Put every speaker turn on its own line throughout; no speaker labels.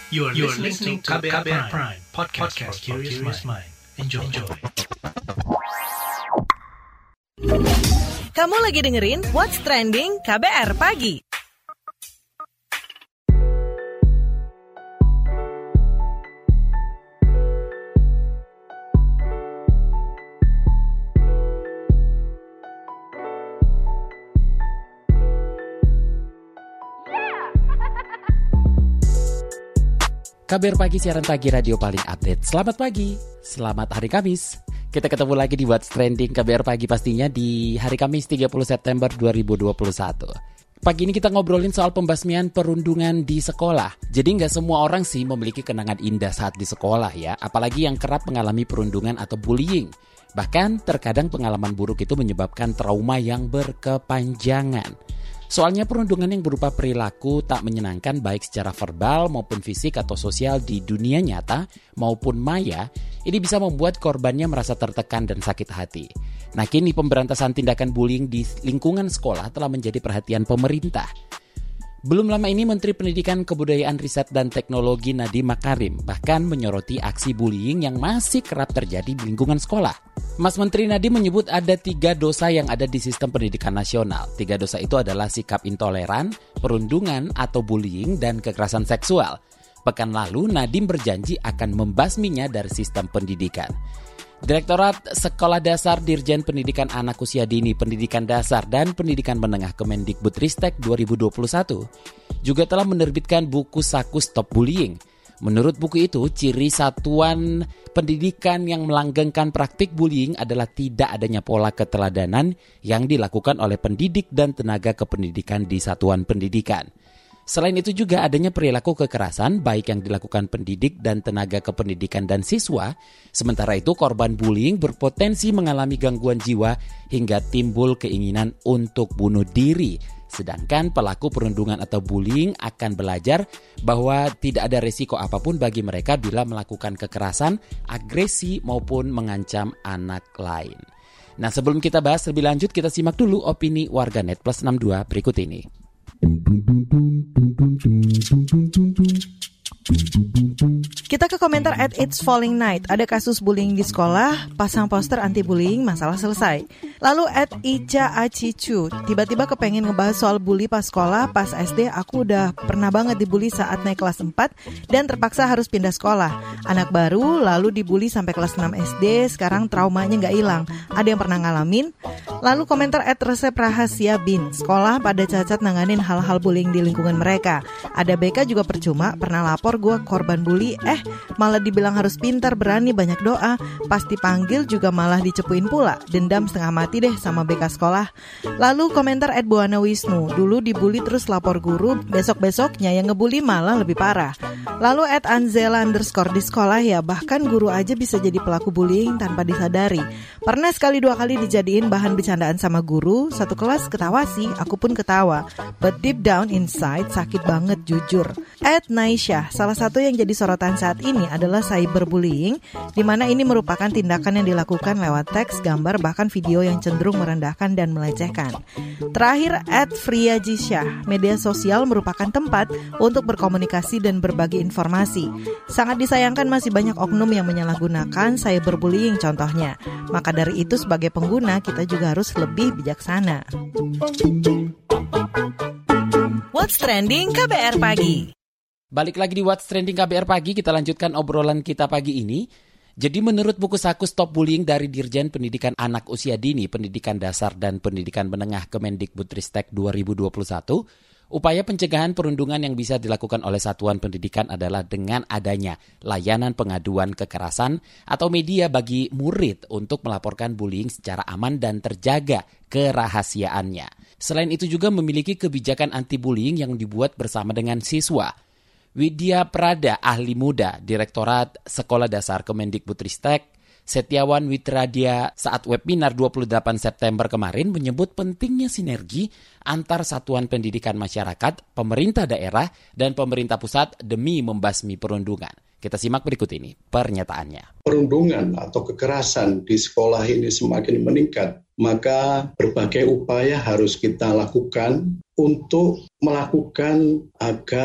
You are listening to KBR Prime, podcast for curious mind. Enjoy.
Kamu lagi dengerin What's Trending KBR Pagi.
KBR Pagi, siaran pagi radio paling update. Selamat pagi, selamat hari Kamis. Kita ketemu lagi di What's Trending KBR Pagi pastinya di hari Kamis 30 September 2021. Pagi ini kita ngobrolin soal pembasmian perundungan di sekolah. Jadi nggak semua orang sih memiliki kenangan indah saat di sekolah ya, apalagi yang kerap mengalami perundungan atau bullying. Bahkan terkadang pengalaman buruk itu menyebabkan trauma yang berkepanjangan. Soalnya perundungan yang berupa perilaku tak menyenangkan baik secara verbal maupun fisik atau sosial di dunia nyata maupun maya, ini bisa membuat korbannya merasa tertekan dan sakit hati. Nah, kini pemberantasan tindakan bullying di lingkungan sekolah telah menjadi perhatian pemerintah. Belum lama ini Menteri Pendidikan, Kebudayaan, Riset, dan Teknologi Nadiem Makarim bahkan menyoroti aksi bullying yang masih kerap terjadi di lingkungan sekolah. Mas Menteri Nadiem menyebut ada 3 dosa yang ada di sistem pendidikan nasional. 3 dosa itu adalah sikap intoleran, perundungan atau bullying, dan kekerasan seksual. Pekan lalu Nadiem berjanji akan membasminya dari sistem pendidikan. Direktorat Sekolah Dasar Dirjen Pendidikan Anak Usia Dini, Pendidikan Dasar dan Pendidikan Menengah Kemendikbudristek 2021 juga telah menerbitkan buku Saku Stop Bullying. Menurut buku itu, ciri satuan pendidikan yang melanggengkan praktik bullying adalah tidak adanya pola keteladanan yang dilakukan oleh pendidik dan tenaga kependidikan di satuan pendidikan. Selain itu juga adanya perilaku kekerasan baik yang dilakukan pendidik dan tenaga kependidikan dan siswa. Sementara itu korban bullying berpotensi mengalami gangguan jiwa hingga timbul keinginan untuk bunuh diri. Sedangkan pelaku perundungan atau bullying akan belajar bahwa tidak ada resiko apapun bagi mereka bila melakukan kekerasan, agresi maupun mengancam anak lain. Nah, sebelum kita bahas lebih lanjut, kita simak dulu opini warganet plus 62 berikut ini.
Kita ke komentar @itsfallingnight. Ada kasus bullying di sekolah, pasang poster anti-bullying, masalah selesai. Lalu @ica_acicu, tiba-tiba kepengen ngebahas soal bully pas sekolah. Pas SD aku udah pernah banget dibully saat naik kelas 4 dan terpaksa harus pindah sekolah. Anak baru lalu dibully sampai kelas 6 SD, sekarang traumanya gak hilang. Ada yang pernah ngalamin? Lalu komentar @resep_rahasia_bin, sekolah pada cacat nanganin hal-hal bullying di lingkungan mereka. Ada BK juga percuma, pernah lapor gue korban bully, malah dibilang harus pintar, berani, banyak doa. Pas dipanggil juga malah dicepuin pula. Dendam setengah mati deh sama BK sekolah. Lalu komentar @buana_wisnu, dulu dibully terus lapor guru, besok-besoknya yang ngebully malah lebih parah. Lalu @anzela_, di sekolah ya, bahkan guru aja bisa jadi pelaku bullying tanpa disadari. Pernah sekali 2 kali dijadiin bahan bercandaan sama guru, satu kelas ketawa sih, aku pun ketawa. But deep down inside sakit banget jujur. @Naisyah, salah satu yang jadi sorotan saat ini adalah cyberbullying, di mana ini merupakan tindakan yang dilakukan lewat teks, gambar, bahkan video yang cenderung merendahkan dan melecehkan. Terakhir @Friajisyah, media sosial merupakan tempat untuk berkomunikasi dan berbagi informasi. Sangat disayangkan masih banyak oknum yang menyalahgunakan cyberbullying contohnya. Maka dari itu sebagai pengguna kita juga harus lebih bijaksana. What's Trending KBR Pagi.
Balik lagi di What's Trending KBR Pagi, kita lanjutkan obrolan kita pagi ini. Jadi menurut buku Saku Stop Bullying dari Dirjen Pendidikan Anak Usia Dini, Pendidikan Dasar dan Pendidikan Menengah Kemendikbudristek 2021, upaya pencegahan perundungan yang bisa dilakukan oleh satuan pendidikan adalah dengan adanya layanan pengaduan kekerasan atau media bagi murid untuk melaporkan bullying secara aman dan terjaga kerahasiaannya. Selain itu juga memiliki kebijakan anti-bullying yang dibuat bersama dengan siswa. Widya Prada, ahli muda, Direktorat Sekolah Dasar Kemendikbudristek, Setiawan Witradia saat webinar 28 September kemarin menyebut pentingnya sinergi antar satuan pendidikan masyarakat, pemerintah daerah, dan pemerintah pusat demi membasmi perundungan. Kita simak berikut ini pernyataannya.
Perundungan atau kekerasan di sekolah ini semakin meningkat, maka berbagai upaya harus kita lakukan untuk melakukan agar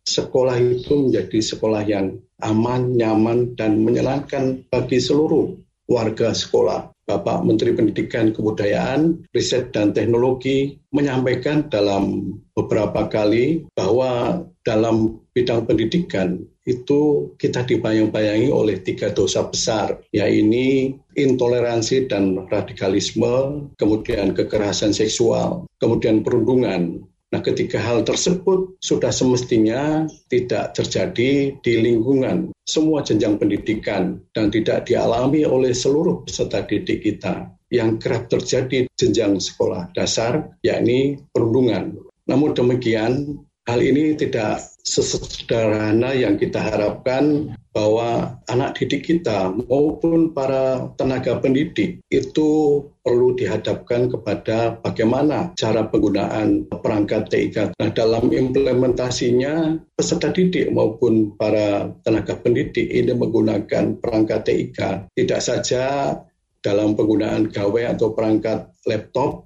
sekolah itu menjadi sekolah yang aman, nyaman, dan menyenangkan bagi seluruh warga sekolah. Bapak Menteri Pendidikan Kebudayaan, Riset dan Teknologi menyampaikan dalam beberapa kali bahwa dalam bidang pendidikan itu kita dibayang-bayangi oleh 3 dosa besar, yaitu intoleransi dan radikalisme, kemudian kekerasan seksual, kemudian perundungan. Nah, ketiga hal tersebut sudah semestinya tidak terjadi di lingkungan semua jenjang pendidikan dan tidak dialami oleh seluruh peserta didik kita. Yang kerap terjadi jenjang sekolah dasar, yakni perundungan. Namun demikian, hal ini tidak sesederhana yang kita harapkan, bahwa anak didik kita maupun para tenaga pendidik itu perlu dihadapkan kepada bagaimana cara penggunaan perangkat TIK. Nah, dalam implementasinya peserta didik maupun para tenaga pendidik ini menggunakan perangkat TIK tidak saja dalam penggunaan gawai atau perangkat laptop.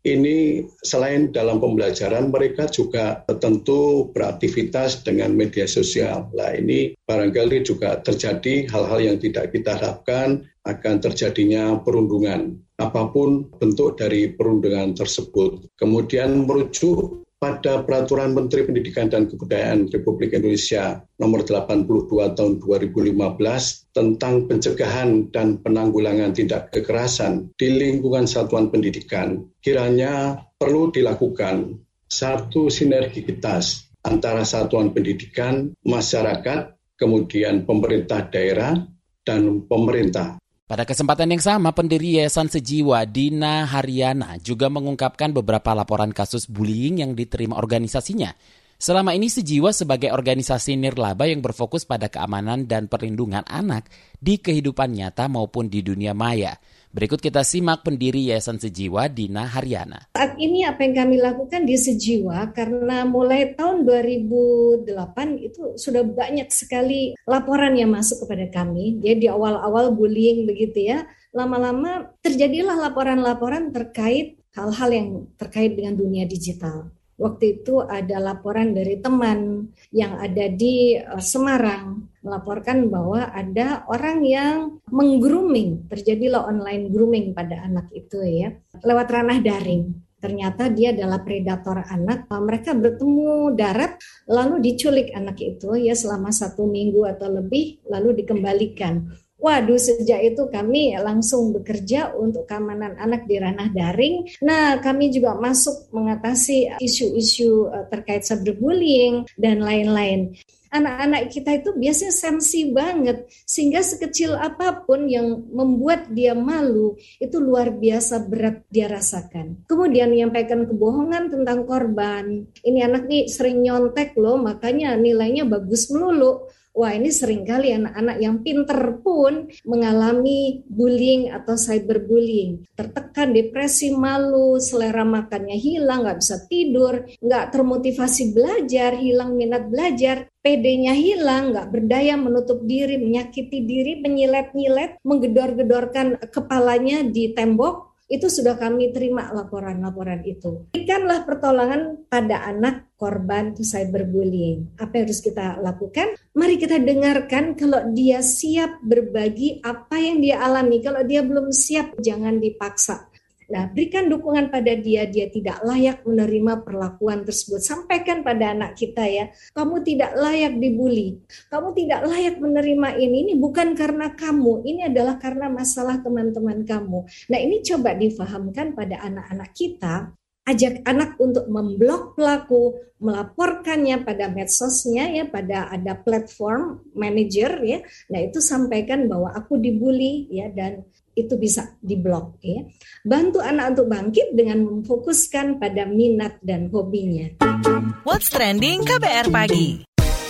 Ini selain dalam pembelajaran, mereka juga tentu beraktivitas dengan media sosial. Nah, ini barangkali juga terjadi hal-hal yang tidak kita harapkan, akan terjadinya perundungan, apapun bentuk dari perundungan tersebut. Kemudian merujuk pada Peraturan Menteri Pendidikan dan Kebudayaan Republik Indonesia nomor 82 tahun 2015 tentang pencegahan dan penanggulangan tindak kekerasan di lingkungan satuan pendidikan, kiranya perlu dilakukan satu sinergitas antara satuan pendidikan, masyarakat, kemudian pemerintah daerah, dan pemerintah.
Pada kesempatan yang sama, pendiri Yayasan Sejiwa Dina Haryana juga mengungkapkan beberapa laporan kasus bullying yang diterima organisasinya. Selama ini Sejiwa sebagai organisasi nirlaba yang berfokus pada keamanan dan perlindungan anak di kehidupan nyata maupun di dunia maya. Berikut kita simak pendiri Yayasan Sejiwa Dina Haryana.
Saat ini apa yang kami lakukan di Sejiwa, karena mulai tahun 2008 itu sudah banyak sekali laporan yang masuk kepada kami. Jadi di awal-awal bullying begitu ya, lama-lama terjadilah laporan-laporan terkait hal-hal yang terkait dengan dunia digital. Waktu itu ada laporan dari teman yang ada di Semarang melaporkan bahwa ada orang yang meng-grooming, terjadilah online grooming pada anak itu ya, lewat ranah daring. Ternyata dia adalah predator anak. Mereka bertemu darat lalu diculik anak itu ya selama 1 minggu atau lebih lalu dikembalikan. Waduh, sejak itu kami langsung bekerja untuk keamanan anak di ranah daring. Nah, kami juga masuk mengatasi isu-isu terkait cyberbullying dan lain-lain. Anak-anak kita itu biasanya sensi banget, sehingga sekecil apapun yang membuat dia malu, itu luar biasa berat dia rasakan. Kemudian menyampaikan kebohongan tentang korban. Ini anak nih sering nyontek loh, makanya nilainya bagus melulu. Wah, ini seringkali anak-anak yang pinter pun mengalami bullying atau cyberbullying. Tertekan, depresi, malu, selera makannya hilang, nggak bisa tidur, nggak termotivasi belajar, hilang minat belajar, PD-nya hilang, nggak berdaya menutup diri, menyakiti diri, menyilet-nyilet, menggedor-gedorkan kepalanya di tembok. Itu sudah kami terima laporan-laporan itu. Berikanlah pertolongan pada anak korban cyberbullying. Apa yang harus kita lakukan? Mari kita dengarkan kalau dia siap berbagi apa yang dia alami. Kalau dia belum siap, jangan dipaksa. Nah, berikan dukungan pada dia tidak layak menerima perlakuan tersebut. Sampaikan pada anak kita ya, kamu tidak layak dibully, kamu tidak layak menerima ini bukan karena kamu, ini adalah karena masalah teman-teman kamu. Nah, ini coba difahamkan pada anak-anak kita, ajak anak untuk memblok pelaku, melaporkannya pada medsosnya ya, pada ada platform manager ya. Nah, itu sampaikan bahwa aku dibully ya, dan itu bisa diblok ya. Bantu anak untuk bangkit dengan memfokuskan pada minat dan hobinya.
What's Trending KBR Pagi.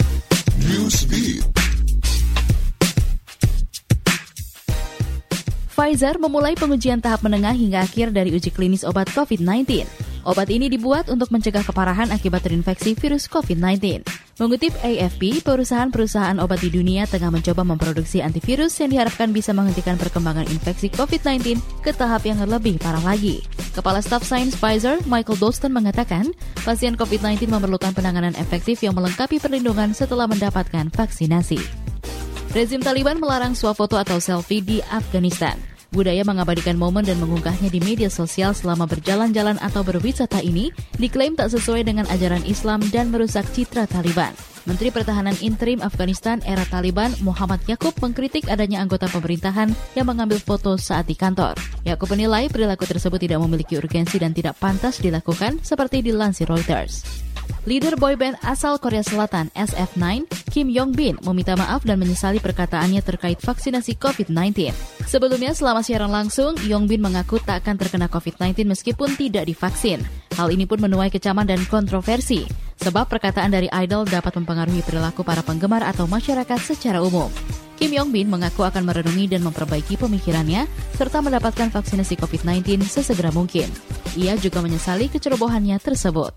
Pfizer memulai pengujian tahap menengah hingga akhir dari uji klinis obat COVID-19. Obat ini dibuat untuk mencegah keparahan akibat terinfeksi virus COVID-19. Mengutip AFP, perusahaan-perusahaan obat di dunia tengah mencoba memproduksi antivirus yang diharapkan bisa menghentikan perkembangan infeksi COVID-19 ke tahap yang lebih parah lagi. Kepala Staf Sains Pfizer, Michael Dalston mengatakan, pasien COVID-19 memerlukan penanganan efektif yang melengkapi perlindungan setelah mendapatkan vaksinasi. Rezim Taliban melarang swafoto atau selfie di Afghanistan. Budaya mengabadikan momen dan mengunggahnya di media sosial selama berjalan-jalan atau berwisata ini diklaim tak sesuai dengan ajaran Islam dan merusak citra Taliban. Menteri Pertahanan Interim Afghanistan era Taliban, Muhammad Yaqub, mengkritik adanya anggota pemerintahan yang mengambil foto saat di kantor. Yaqub menilai perilaku tersebut tidak memiliki urgensi dan tidak pantas dilakukan, seperti dilansir Reuters. Leader boyband asal Korea Selatan SF9, Kim Yong-bin, meminta maaf dan menyesali perkataannya terkait vaksinasi COVID-19. Sebelumnya, selama siaran langsung, Yong-bin mengaku tak akan terkena COVID-19 meskipun tidak divaksin. Hal ini pun menuai kecaman dan kontroversi, sebab perkataan dari idol dapat mempengaruhi perilaku para penggemar atau masyarakat secara umum. Kim Yong-bin mengaku akan merenungi dan memperbaiki pemikirannya, serta mendapatkan vaksinasi COVID-19 sesegera mungkin. Ia juga menyesali kecerobohannya tersebut.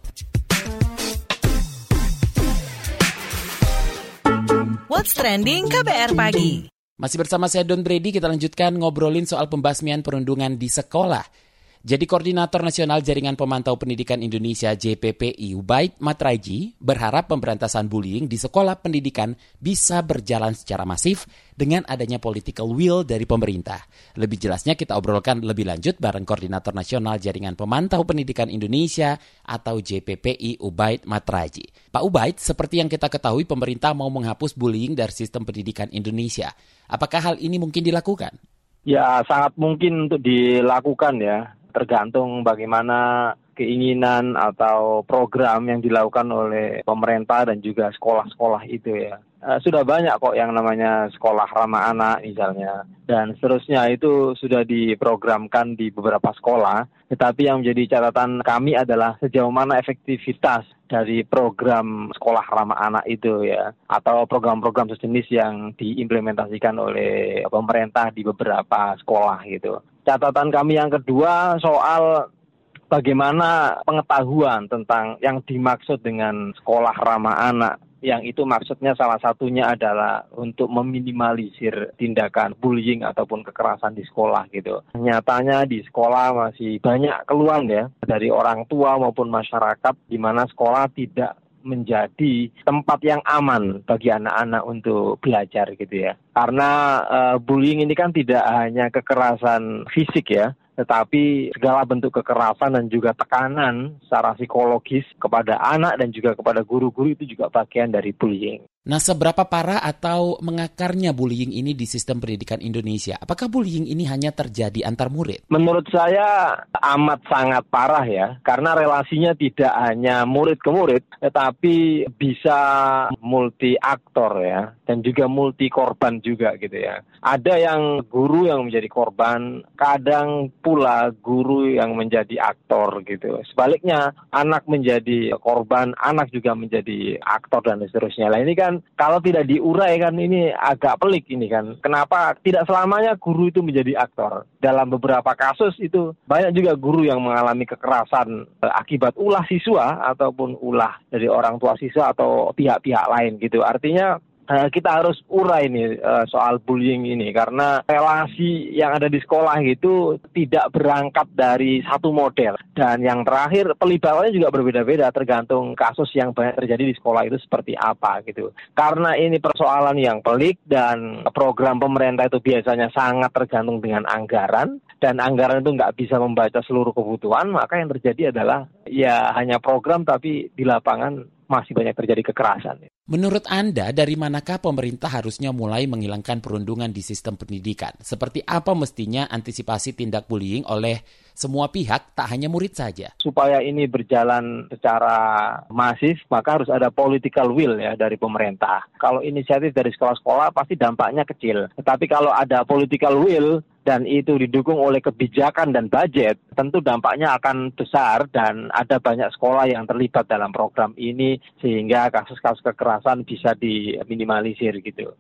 What's Trending KBR Pagi.
Masih bersama saya Don Brady, kita lanjutkan ngobrolin soal pembasmian perundungan di sekolah. Jadi Koordinator Nasional Jaringan Pemantau Pendidikan Indonesia JPPI, Ubaid Matraji, berharap pemberantasan bullying di sekolah pendidikan bisa berjalan secara masif dengan adanya political will dari pemerintah. Lebih jelasnya kita obrolkan lebih lanjut bareng Koordinator Nasional Jaringan Pemantau Pendidikan Indonesia atau JPPI, Ubaid Matraji. Pak Ubaid, seperti yang kita ketahui pemerintah mau menghapus bullying dari sistem pendidikan Indonesia. Apakah hal ini mungkin dilakukan?
Ya, sangat mungkin untuk dilakukan ya. Tergantung bagaimana keinginan atau program yang dilakukan oleh pemerintah dan juga sekolah-sekolah itu ya. Sudah banyak kok yang namanya sekolah ramah anak misalnya. Dan seterusnya itu sudah diprogramkan di beberapa sekolah. Tetapi yang menjadi catatan kami adalah sejauh mana efektivitas dari program sekolah ramah anak itu ya. Atau program-program sejenis yang diimplementasikan oleh pemerintah di beberapa sekolah gitu. Catatan kami yang kedua soal bagaimana pengetahuan tentang yang dimaksud dengan sekolah ramah anak. Yang itu maksudnya salah satunya adalah untuk meminimalisir tindakan bullying ataupun kekerasan di sekolah gitu. Nyatanya di sekolah masih banyak keluhan ya dari orang tua maupun masyarakat di mana sekolah tidak menjadi tempat yang aman bagi anak-anak untuk belajar gitu ya. Karena bullying ini kan tidak hanya kekerasan fisik ya, tetapi segala bentuk kekerasan dan juga tekanan secara psikologis kepada anak dan juga kepada guru-guru itu juga bagian dari bullying.
Nah, seberapa parah atau mengakarnya bullying ini di sistem pendidikan Indonesia? Apakah bullying ini hanya terjadi antar murid?
Menurut saya amat sangat parah ya, karena relasinya tidak hanya murid ke murid, tetapi bisa multi aktor ya, dan juga multi korban juga gitu ya. Ada yang guru yang menjadi korban, kadang pula guru yang menjadi aktor gitu. Sebaliknya, anak menjadi korban, anak juga menjadi aktor dan seterusnya. Nah, ini kan kalau tidak diurai kan ini agak pelik ini kan. Kenapa tidak selamanya guru itu menjadi aktor? Dalam beberapa kasus itu banyak juga guru yang mengalami kekerasan akibat ulah siswa ataupun ulah dari orang tua siswa atau pihak-pihak lain gitu. Artinya kita harus urai nih soal bullying ini karena relasi yang ada di sekolah itu tidak berangkat dari satu model dan yang terakhir pelibatannya juga berbeda-beda tergantung kasus yang banyak terjadi di sekolah itu seperti apa gitu. Karena ini persoalan yang pelik dan program pemerintah itu biasanya sangat tergantung dengan anggaran dan anggaran itu nggak bisa membaca seluruh kebutuhan, maka yang terjadi adalah ya hanya program tapi di lapangan masih banyak terjadi kekerasan.
Menurut Anda, dari manakah pemerintah harusnya mulai menghilangkan perundungan di sistem pendidikan? Seperti apa mestinya antisipasi tindak bullying oleh semua pihak, tak hanya murid saja?
Supaya ini berjalan secara masif, maka harus ada political will ya dari pemerintah. Kalau inisiatif dari sekolah-sekolah pasti dampaknya kecil. Tetapi kalau ada political will dan itu didukung oleh kebijakan dan budget, tentu dampaknya akan besar dan ada banyak sekolah yang terlibat dalam program ini sehingga kasus-kasus kekerasan bisa diminimalisir gitu.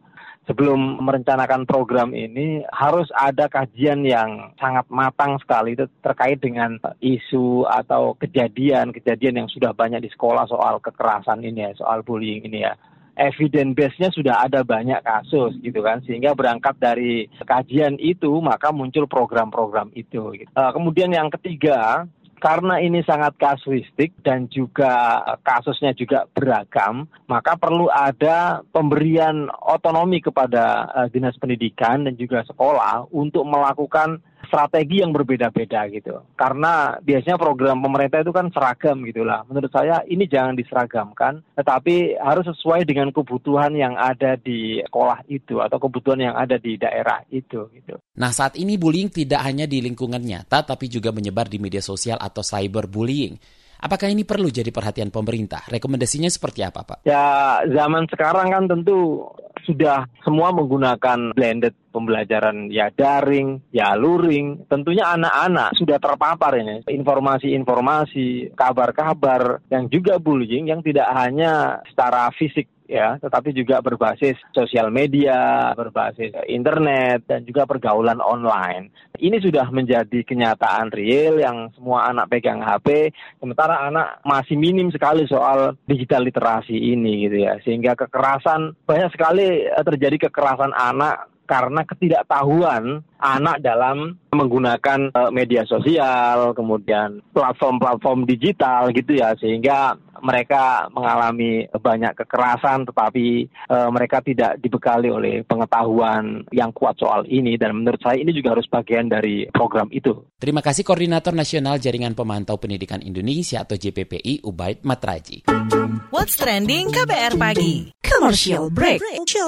sebelum merencanakan program ini harus ada kajian yang sangat matang sekali itu terkait dengan isu atau kejadian yang sudah banyak di sekolah soal kekerasan ini ya, soal bullying ini ya. Evidence base-nya sudah ada banyak kasus gitu kan, sehingga berangkat dari kajian itu maka muncul program-program itu. Kemudian yang ketiga, karena ini sangat kasuistik dan juga kasusnya juga beragam, maka perlu ada pemberian otonomi kepada dinas pendidikan dan juga sekolah untuk melakukan strategi yang berbeda-beda gitu. Karena biasanya program pemerintah itu kan seragam gitulah. Menurut saya ini jangan diseragamkan, tetapi harus sesuai dengan kebutuhan yang ada di sekolah itu atau kebutuhan yang ada di daerah itu gitu.
Nah, saat ini bullying tidak hanya di lingkungan nyata tapi juga menyebar di media sosial atau cyberbullying. Apakah ini perlu jadi perhatian pemerintah? Rekomendasinya seperti apa, Pak?
Ya, zaman sekarang kan tentu sudah semua menggunakan blended pembelajaran ya daring, ya luring. Tentunya anak-anak sudah terpapar ini informasi-informasi, kabar-kabar yang juga bullying yang tidak hanya secara fisik ya, tetapi juga berbasis sosial media, berbasis internet dan juga pergaulan online. Ini sudah menjadi kenyataan real yang semua anak pegang HP, sementara anak masih minim sekali soal digital literasi ini gitu ya. Sehingga kekerasan, banyak sekali terjadi kekerasan anak karena ketidaktahuan anak dalam menggunakan media sosial, kemudian platform-platform digital gitu ya, sehingga mereka mengalami banyak kekerasan tetapi mereka tidak dibekali oleh pengetahuan yang kuat soal ini, dan menurut saya ini juga harus bagian dari program itu.
Terima kasih Koordinator Nasional Jaringan Pemantau Pendidikan Indonesia atau JPPI Ubaid Matraji.
What's Trending KBR Pagi. Commercial break.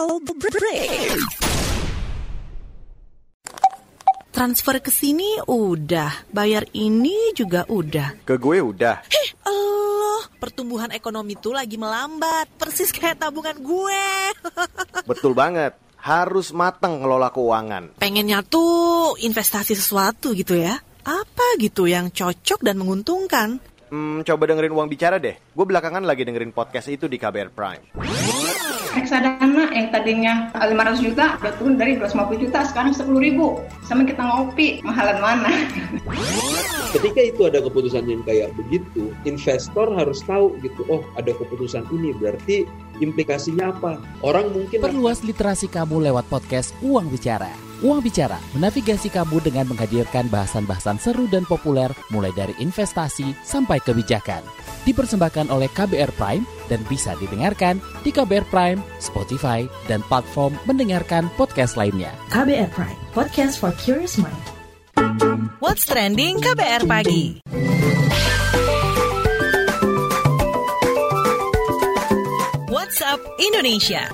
Transfer ke sini udah, bayar ini juga udah.
Ke gue udah.
Allah, pertumbuhan ekonomi tuh lagi melambat, persis kayak tabungan gue.
Betul banget, harus matang ngelola keuangan.
Pengennya tuh investasi sesuatu gitu ya. Apa gitu yang cocok dan menguntungkan?
Coba dengerin Uang Bicara deh. Gue belakangan lagi dengerin podcast itu di KBR Prime.
Reksadana yang tadinya 500 juta udah turun dari 250 juta sekarang 10.000. Sama kita ngopi, mahalan mana?
Ketika itu ada keputusan yang kayak begitu, investor harus tahu gitu, oh ada keputusan ini berarti implikasinya apa. Orang mungkin
perluas literasi kamu lewat podcast Uang Bicara. Uang Bicara menavigasi kamu dengan menghadirkan bahasan-bahasan seru dan populer mulai dari investasi sampai kebijakan. Dipersembahkan oleh KBR Prime dan bisa didengarkan di KBR Prime, Spotify, dan platform mendengarkan podcast lainnya.
KBR Prime, podcast for curious mind. What's Trending KBR Pagi. WhatsApp Indonesia.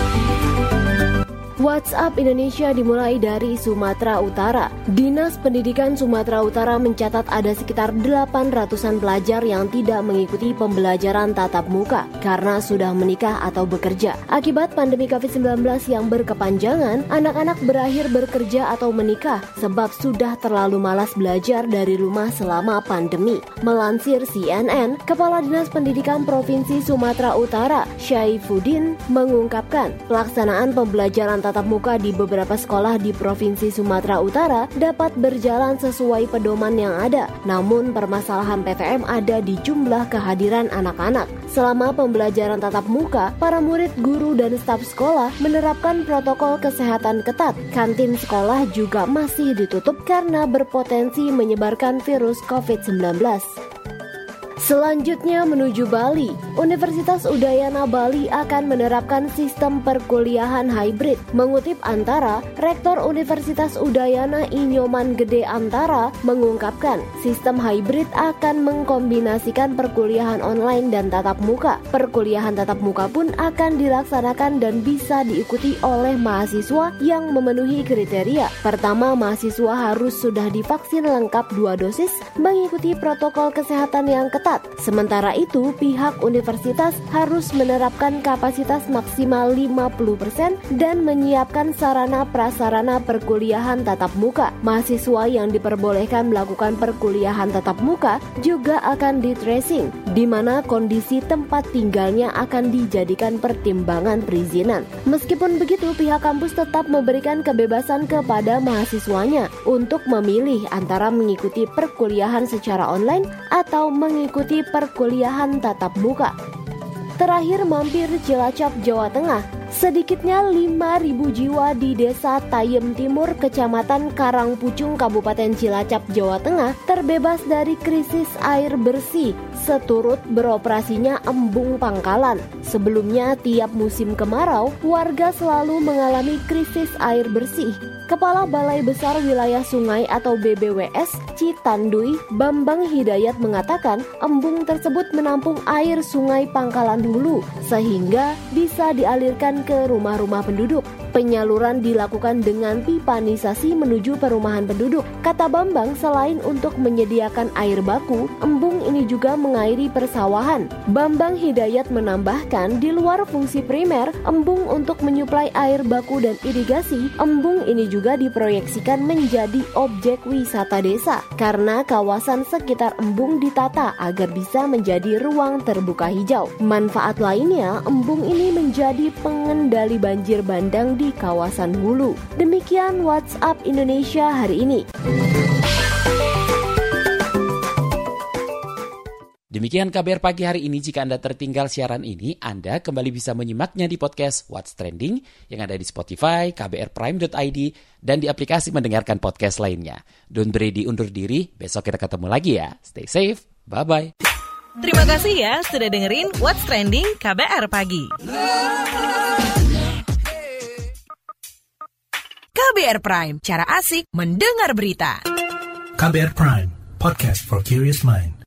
WhatsApp Indonesia dimulai dari Sumatera Utara. Dinas Pendidikan Sumatera Utara mencatat ada sekitar 800-an pelajar yang tidak mengikuti pembelajaran tatap muka karena sudah menikah atau bekerja. Akibat pandemi COVID-19 yang berkepanjangan, anak-anak berakhir bekerja atau menikah sebab sudah terlalu malas belajar dari rumah selama pandemi. Melansir CNN, Kepala Dinas Pendidikan Provinsi Sumatera Utara, Syaifuddin, mengungkapkan pelaksanaan pembelajaran tatap muka di beberapa sekolah di Provinsi Sumatera Utara dapat berjalan sesuai pedoman yang ada. Namun permasalahan PTM ada di jumlah kehadiran anak-anak. Selama pembelajaran tatap muka, para murid, guru, dan staf sekolah menerapkan protokol kesehatan ketat. Kantin sekolah juga masih ditutup karena berpotensi menyebarkan virus COVID-19. Selanjutnya menuju Bali. Universitas Udayana Bali akan menerapkan sistem perkuliahan hybrid. Mengutip Antara, Rektor Universitas Udayana Inyoman Gede Antara mengungkapkan sistem hybrid akan mengkombinasikan perkuliahan online dan tatap muka. Perkuliahan tatap muka pun akan dilaksanakan dan bisa diikuti oleh mahasiswa yang memenuhi kriteria. Pertama, mahasiswa harus sudah divaksin lengkap 2 dosis, mengikuti protokol kesehatan yang ketat. Sementara itu, pihak universitas harus menerapkan kapasitas maksimal 50% dan menyiapkan sarana prasarana perkuliahan tatap muka. Mahasiswa yang diperbolehkan melakukan perkuliahan tatap muka juga akan di-tracing. di mana kondisi tempat tinggalnya akan dijadikan pertimbangan perizinan. Meskipun begitu, pihak kampus tetap memberikan kebebasan kepada mahasiswanya untuk memilih antara mengikuti perkuliahan secara online atau mengikuti perkuliahan tatap muka. Terakhir mampir Cilacap, Jawa Tengah. Sedikitnya 5.000 jiwa di Desa Tayem Timur, Kecamatan Karangpucung, Kabupaten Cilacap, Jawa Tengah terbebas dari krisis air bersih seturut beroperasinya embung Pangkalan. Sebelumnya tiap musim kemarau, warga selalu mengalami krisis air bersih. Kepala Balai Besar Wilayah Sungai atau BBWS Citandui, Bambang Hidayat mengatakan embung tersebut menampung air Sungai Pangkalan Hulu sehingga bisa dialirkan ke rumah-rumah penduduk. Penyaluran dilakukan dengan pipanisasi menuju perumahan penduduk. Kata Bambang, selain untuk menyediakan air baku, embung ini juga mengairi persawahan. Bambang Hidayat menambahkan, di luar fungsi primer, embung untuk menyuplai air baku dan irigasi, embung ini juga diproyeksikan menjadi objek wisata desa karena kawasan sekitar embung ditata agar bisa menjadi ruang terbuka hijau. Manfaat lainnya, embung ini menjadi pengendali banjir bandang di kawasan hulu. Demikian WhatsApp Indonesia hari ini.
Demikian KBR Pagi hari ini. Jika Anda tertinggal siaran ini, Anda kembali bisa menyimaknya di podcast What's Trending yang ada di Spotify, kbrprime.id, dan di aplikasi mendengarkan podcast lainnya. Don't Brady undur diri, besok kita ketemu lagi ya. Stay safe, bye-bye.
Terima kasih ya sudah dengerin What's Trending KBR Pagi. KBR Prime, cara asik mendengar berita.
KBR Prime, podcast for curious mind.